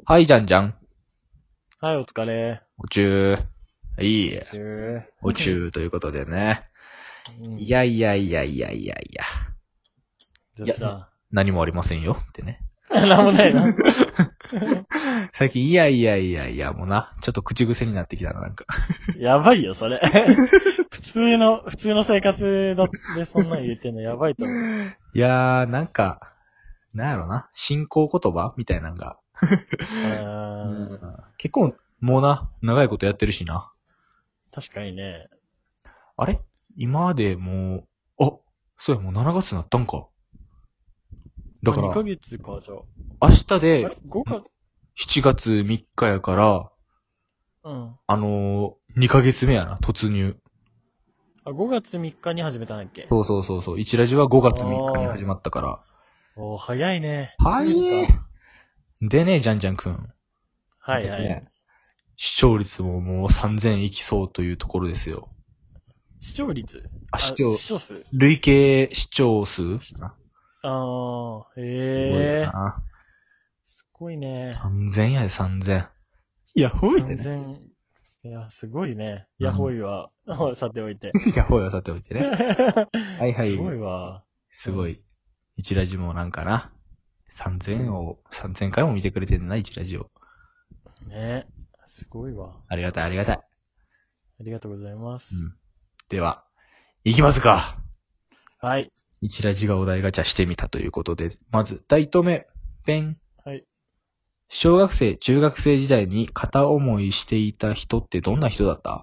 はい、じゃんじゃん。 はい、お疲れ。 おちゅー。いいえ。 中。 おちゅーということでね。 うんいやいやいやいやいやいや。 どうした何もありませんよ。ってね。 なんもないな。 最近、いやいやいやいや、もうな、ちょっと口癖になってきたな、なんか。 やばいよ、それ。普通の生活でそんなん言ってんのやばいと思う。 いやー、なんか、なんやろな。進行言葉みたいなのが。結構、もうな、長いことやってるしな。 確かにね。 あれ今までもう、あ、そうや、もう7月になったんか。だから、 2ヶ月か、じゃ明日あ。あでれ ?5 月 7月3日やから、 うん。 2ヶ月目やな、突入。 あ、5月3日に始めたんだっけそうそうそうそう。1ラジは5月3日に始まったから。 おー、早いね。 はいいでね、じゃんじゃんくん。 はいはい。 ね視聴率ももう3000いきそうというところですよ。 視聴率視聴視聴数累計視聴数へえ。 な。 すごいね。 3000やで3000。いや、ほいでね。 3000。いや、すごいね。 うんいや、ほいは、さておいて。 いや、ほいはさておいてね。はいはい。 すごいわ。 すごい。1ラジもなんかな。3000回も見てくれてんな、1ラジを。 ね。すごいわ。 ありがたい、ありがたい。 ありがとうございます。 うん。では、行きますか。 はい。 一ラジがお題ガチャしてみたということで、まず、第一目、ペン。 はい。 小学生、中学生時代に片思いしていた人ってどんな人だった？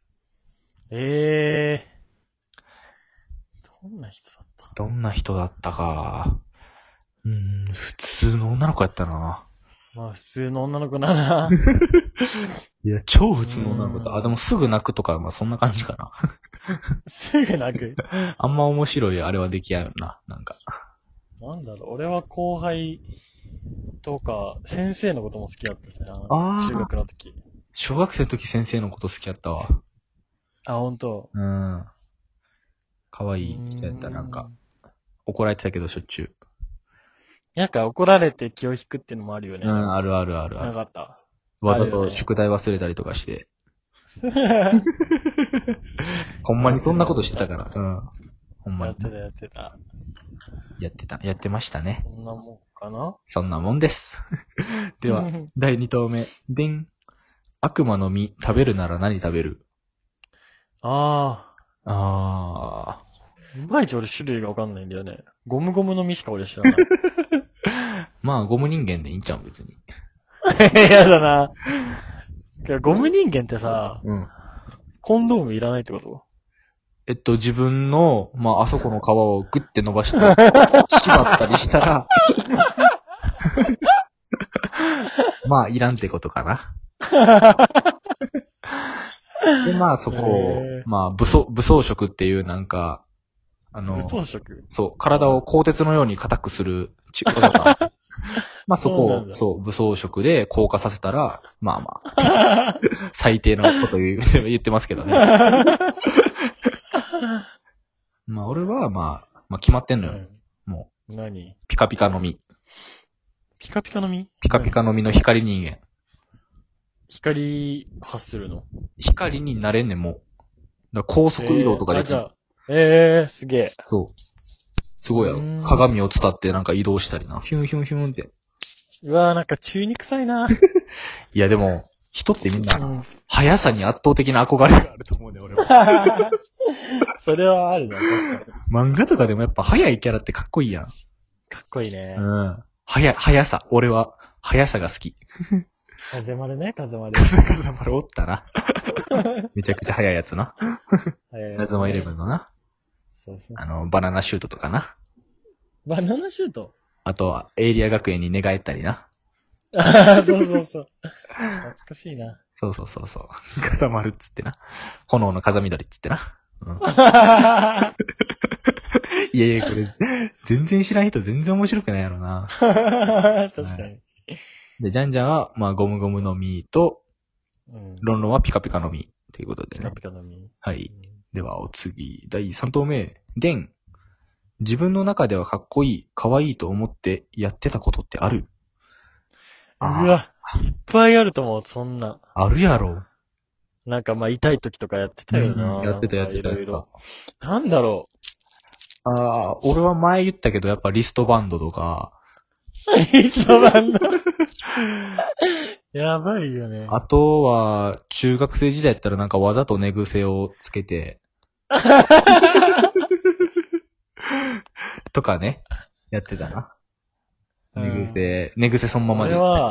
どんな人だったどんな人だったか。普通の女の子やったな。 まあ、普通の女の子だな。 いや、超普通の女の子だった。あ、でもすぐ泣くとか、まあそんな感じかな。 すぐ泣く。 あんま面白いあれはできやんな、なんか。 なんだろう、俺は後輩とか、先生のことも好きだったしな。 あー中学の時。 小学生の時先生のこと好きやったわ。 あ、ほんと。 可愛い人やった、なんか。怒られてたけど、しょっちゅう。 なんか怒られて気を引くっていうのもあるよね。 あるあるあるあなる。 かった。 わざあるよねと宿題忘れたりとかして。ほんまにそんなことしてたから。ほんまに。 やってた。 やってましたね。 そんなもんかなそんなもんです。では、第2投目。でん。悪魔の実、食べるなら何食べる？ いまいち俺種類がわかんないんだよね。ゴムゴムの実しか俺知らない。 まあ、ゴム人間でいいんちゃう別に。 やだな。ゴム人間ってさ、 うん。 コンドームいらないってこと？ 自分の、まあ、あそこの皮をグッて伸ばして、縛ったりしたら、まあ、いらんってことかな。で、まあ、そこを、まあ、武装色っていうなんか、 武装色そう、体を鋼鉄のように硬くする技がまあそこを、そう、武装色で硬化させたら、まあまあ、最低なこと言ってますけどね。まあ俺はまあ決まってんのよ。もう。何？ ピカピカの実。 ピカピカの実？ ピカピカの実の光人間。 光発するの？ 光になれんねん、もう。だから高速移動とかできる。 じゃあ、すげえ。 そう。すごいやろ。鏡を伝ってなんか移動したりな。ヒュンヒュンヒュンって。 うわぁ、なんか中に臭いな。 いやでも、人ってみんな、速さに圧倒的な憧れがあると思うね、俺は。 それはあるな、確かに。 漫画とかでもやっぱ速いキャラってかっこいいやん。 かっこいいね。 速さ。俺は、速さが好き。 風丸ね、風丸。 風丸おったな。めちゃくちゃ速いやつな。ラズマイレブンのな。 そうバナナシュートとかな。 バナナシュート？ あとは、エイリア学園に寝返ったりな。 そう。懐かしいな。 そう。風丸っつってな。炎の風緑っつってな。いや、これ、全然知らん人全然面白くないやろな。 確かに。 で、ジャンジャンは、まあ、ゴムゴムの実と、ロンロンはピカピカの実ということでね。 ピカピカの実。 はい。では、お次、第3投目。デン。自分の中ではかっこいい、かわいいと思ってやってたことってある？ うわ。 ぱいあると思う、そんな。 あるやろ。 なんかまあ痛い時とかやってたよな。 やってた。 いろいろ。なんだろああ、俺は前言ったけど、やっぱリストバンドとか、 う。リストバンド。やばいよね。 あとは、中学生時代やったらなんかわざと寝癖をつけて、とかね、やってたな。寝癖そのままで。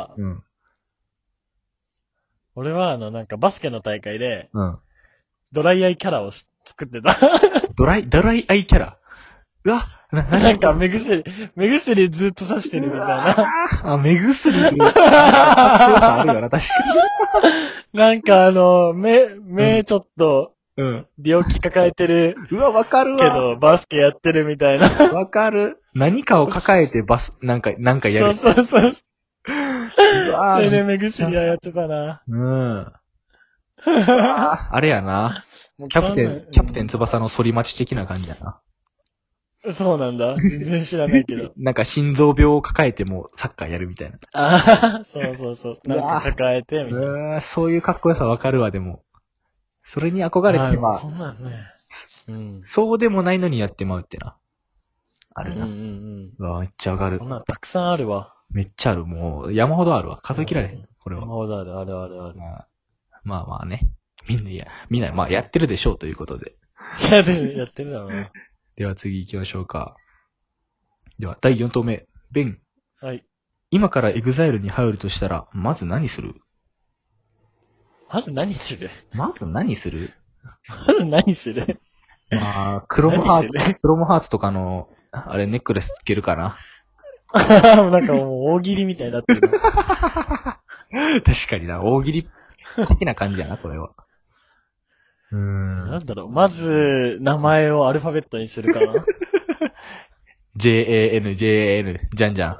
俺はなんかバスケの大会で、 うん。 ドライアイキャラを作ってた。 ドライアイキャラ。うわ、 なんか目薬ずっと刺してるみたいな。 あ、目薬って。かっこよさあるよな、確かに。なんか目ちょっと、病気抱えてる。 うわ、わかるわ。 けど、バスケやってるみたいな。 わかる。何かを抱えてなんかやる。 そう。 うわそれで目薬はやってたな。 あれやな。キャプテン翼の反り待ち的な感じやな。 そうなんだ。全然知らないけど。 なんか心臓病を抱えてもサッカーやるみたいな。 ああ、そう。なんか抱えて、みたいな。 そういうかっこよさわかるわ、でも。それに憧れてそんなんね。 そうでもないのにやってまうってな。あるな。 うわ、めっちゃわかる。 そんなんたくさんあるわ。 めっちゃある。もう、山ほどあるわ。数え切られへん。これは。 山ほどある。 まあね。みんな、まあやってるでしょうということで。 やってるだろうな。 では次行きましょうか。では、第4投目。ベン。 はい。 今からエグザイルに入るとしたら、まず何するまず何するまあ、クロムハーツとかの、あれネックレスつけるかな。 なんかもう大喜利みたいになってるな。 確かにな、大喜利的な感じやな、これは。 なんだろう、まず、名前をアルファベットにするかな。 JAN、じゃんじゃん。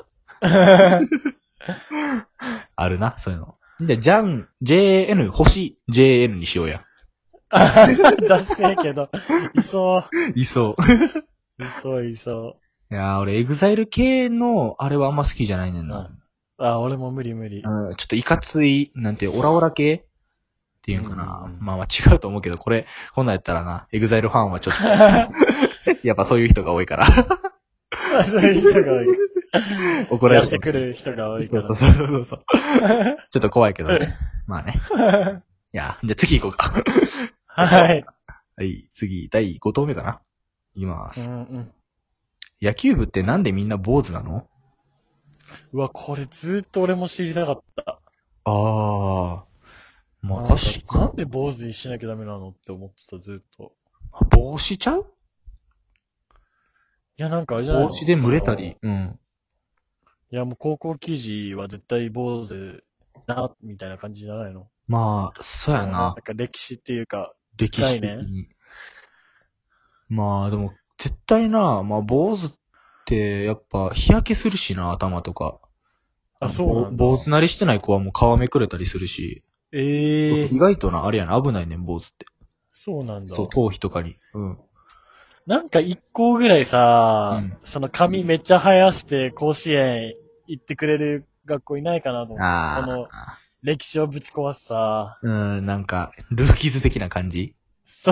あるな、そういうの。で、JN、星 JN にしようや。 ダセえけど、いそう。 いそう。いやー、俺、エグザイル系の、あれはあんま好きじゃないねんな。 俺も無理。 ちょっといかつい、なんて、オラオラ系っていうんかな。まあ違うと思うけど、こんなんやったらな、エグザイルファンはちょっと、やっぱそういう人が多いから。 そういう人が多い。 怒られやってくる人が多いから。 そう。ちょっと怖いけどね。まあね。いや、じゃあ次行こうか。 はい。 はい、次、第5投目かな。いきます。 うん。 野球部ってなんでみんな坊主なの？ うわ、これずっと俺も知りたかった。 まあ確かなんで坊主にしなきゃダメなのって思ってた、ずっと。 帽子ちゃう？ いや、なんかあれじゃないの？ 帽子で蒸れたり。 いや、もう高校球児は絶対坊主な、みたいな感じじゃないの？ まあ、そうやな。 なんか歴史っていうか、 歴史的に。まあでも、絶対な、まあ坊主って、やっぱ日焼けするしな、頭とか。 そうなんだ。 坊主なりしてない子はもう皮めくれたりするし。意外とな、あれやな、危ないねん、坊主って。 そうなんだ。 そう、頭皮とかに。 なんか一校ぐらいさ、その髪めっちゃ生やして甲子園行ってくれる学校いないかなと思って。この歴史をぶち壊すさ。 なんか、ルーキーズ的な感じ？ そう。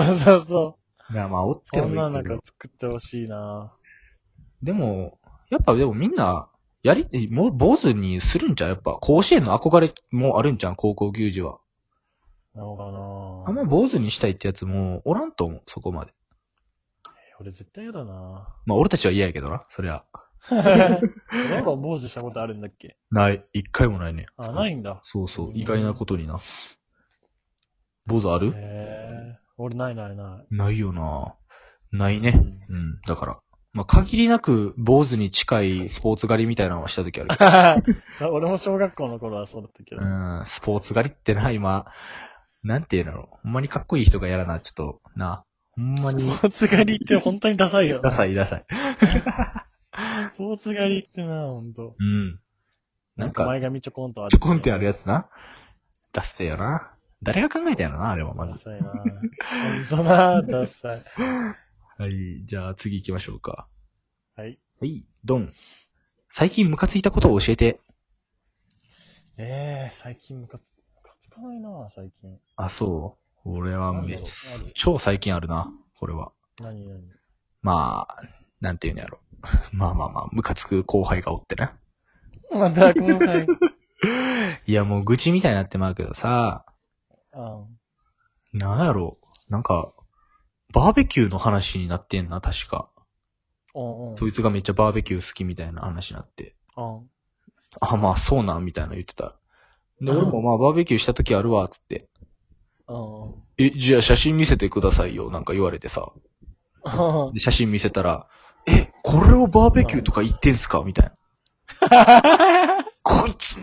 いや、まあ、おってもいいけど。 そんななんか作ってほしいな。 でもみんな、もう坊主にするんちゃう？やっぱ、甲子園の憧れもあるんちゃう？高校球児は。 なのかな。 あんま坊主にしたいってやつもおらんと思う、そこまで。 俺絶対嫌だな。 まあ、俺たちは嫌やけどな、そりゃ。 なんか坊主したことあるんだっけ？ ない。一回もないね。 ないんだ。 そう。意外なことにな。坊主ある？ 俺ない。 ないよな。ないね。だから。まあ、限りなく坊主に近いスポーツ狩りみたいなのをした時ある。 俺も小学校の頃はそうだったけど。 スポーツ狩りってな、今、なんていうの？ほんまにかっこいい人がやらな、ちょっと、な。ほんまに。 スポーツ狩りって本当にダサいよ。 ダサい。 スポーツ狩りってな、ほんと。なんか前髪ちょこんとある。 ちょこんってあるやつな。ダッセーよな。誰が考えたやろな、あれはまず。 ダサいな。ほんとな、ダサい。 はい、じゃあ次行きましょうか。 はい。 はい、ドン。最近ムカついたことを教えて。 最近ムカつかないな、最近。 あ、そう俺はなんだろう超最近あるな、これは。 何まあ、なんていうんやろ。まあ、ムカつく後輩がおってね。 また後輩。 いや、もう愚痴みたいになってまうけどさ、 あなんやろ。なんか、バーベキューの話になってんな、確か。そいつがめっちゃバーベキュー好きみたいな話になって。あ、まあそうなんみたいな言ってた。で、俺もまあバーベキューした時あるわ、つって。じゃあ写真見せてくださいよ、なんか言われてさ。で、写真見せたら、これをバーベキューとか言ってんすかみたいな。こいつ、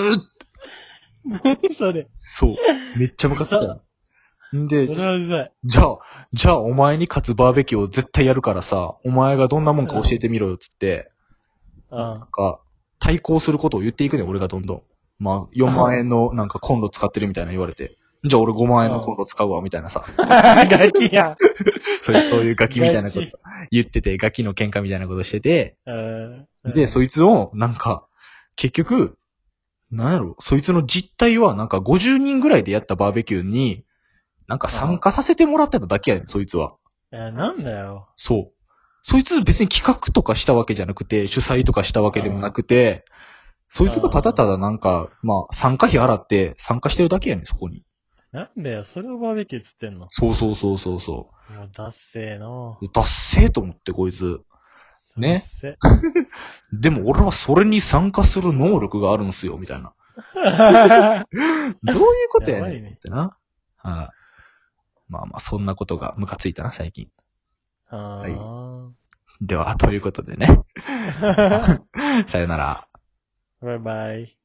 何それ。 そう。めっちゃムカついた。んで、 それはうざい。 じゃあお前に勝つバーベキューを絶対やるからさ、お前がどんなもんか教えてみろよ、つって。なんか、対抗することを言っていくね、俺がどんどん。まあ、4万円のなんかコンロ使ってるみたいな言われて。じゃあ俺5万円のコンロ使うわ、みたいなさ。 ガキや。 そういうガキみたいなこと言ってて、ガキの喧嘩みたいなことしてて。で、そいつを、なんか、結局、なんやろ、そいつの実態はなんか50人ぐらいでやったバーベキューに、なんか参加させてもらってただけやねん、そいつは。 なんだよ。 そう。そいつ別に企画とかしたわけじゃなくて、主催とかしたわけでもなくて、そいつがただただなんか、まあ、参加費払って参加してるだけやねん、そこに。 なんだよ、それをバーベキューつってんの。 そう。もうダッセーの。 ダッセーと思って、こいつ。ね。 ダッセでも俺はそれに参加する能力があるんすよ、みたいな。どういうことやねんってな。はい。まあまあ、そんなことがムカついたな、最近。はい。では、ということでね。さよなら。 バイバイ。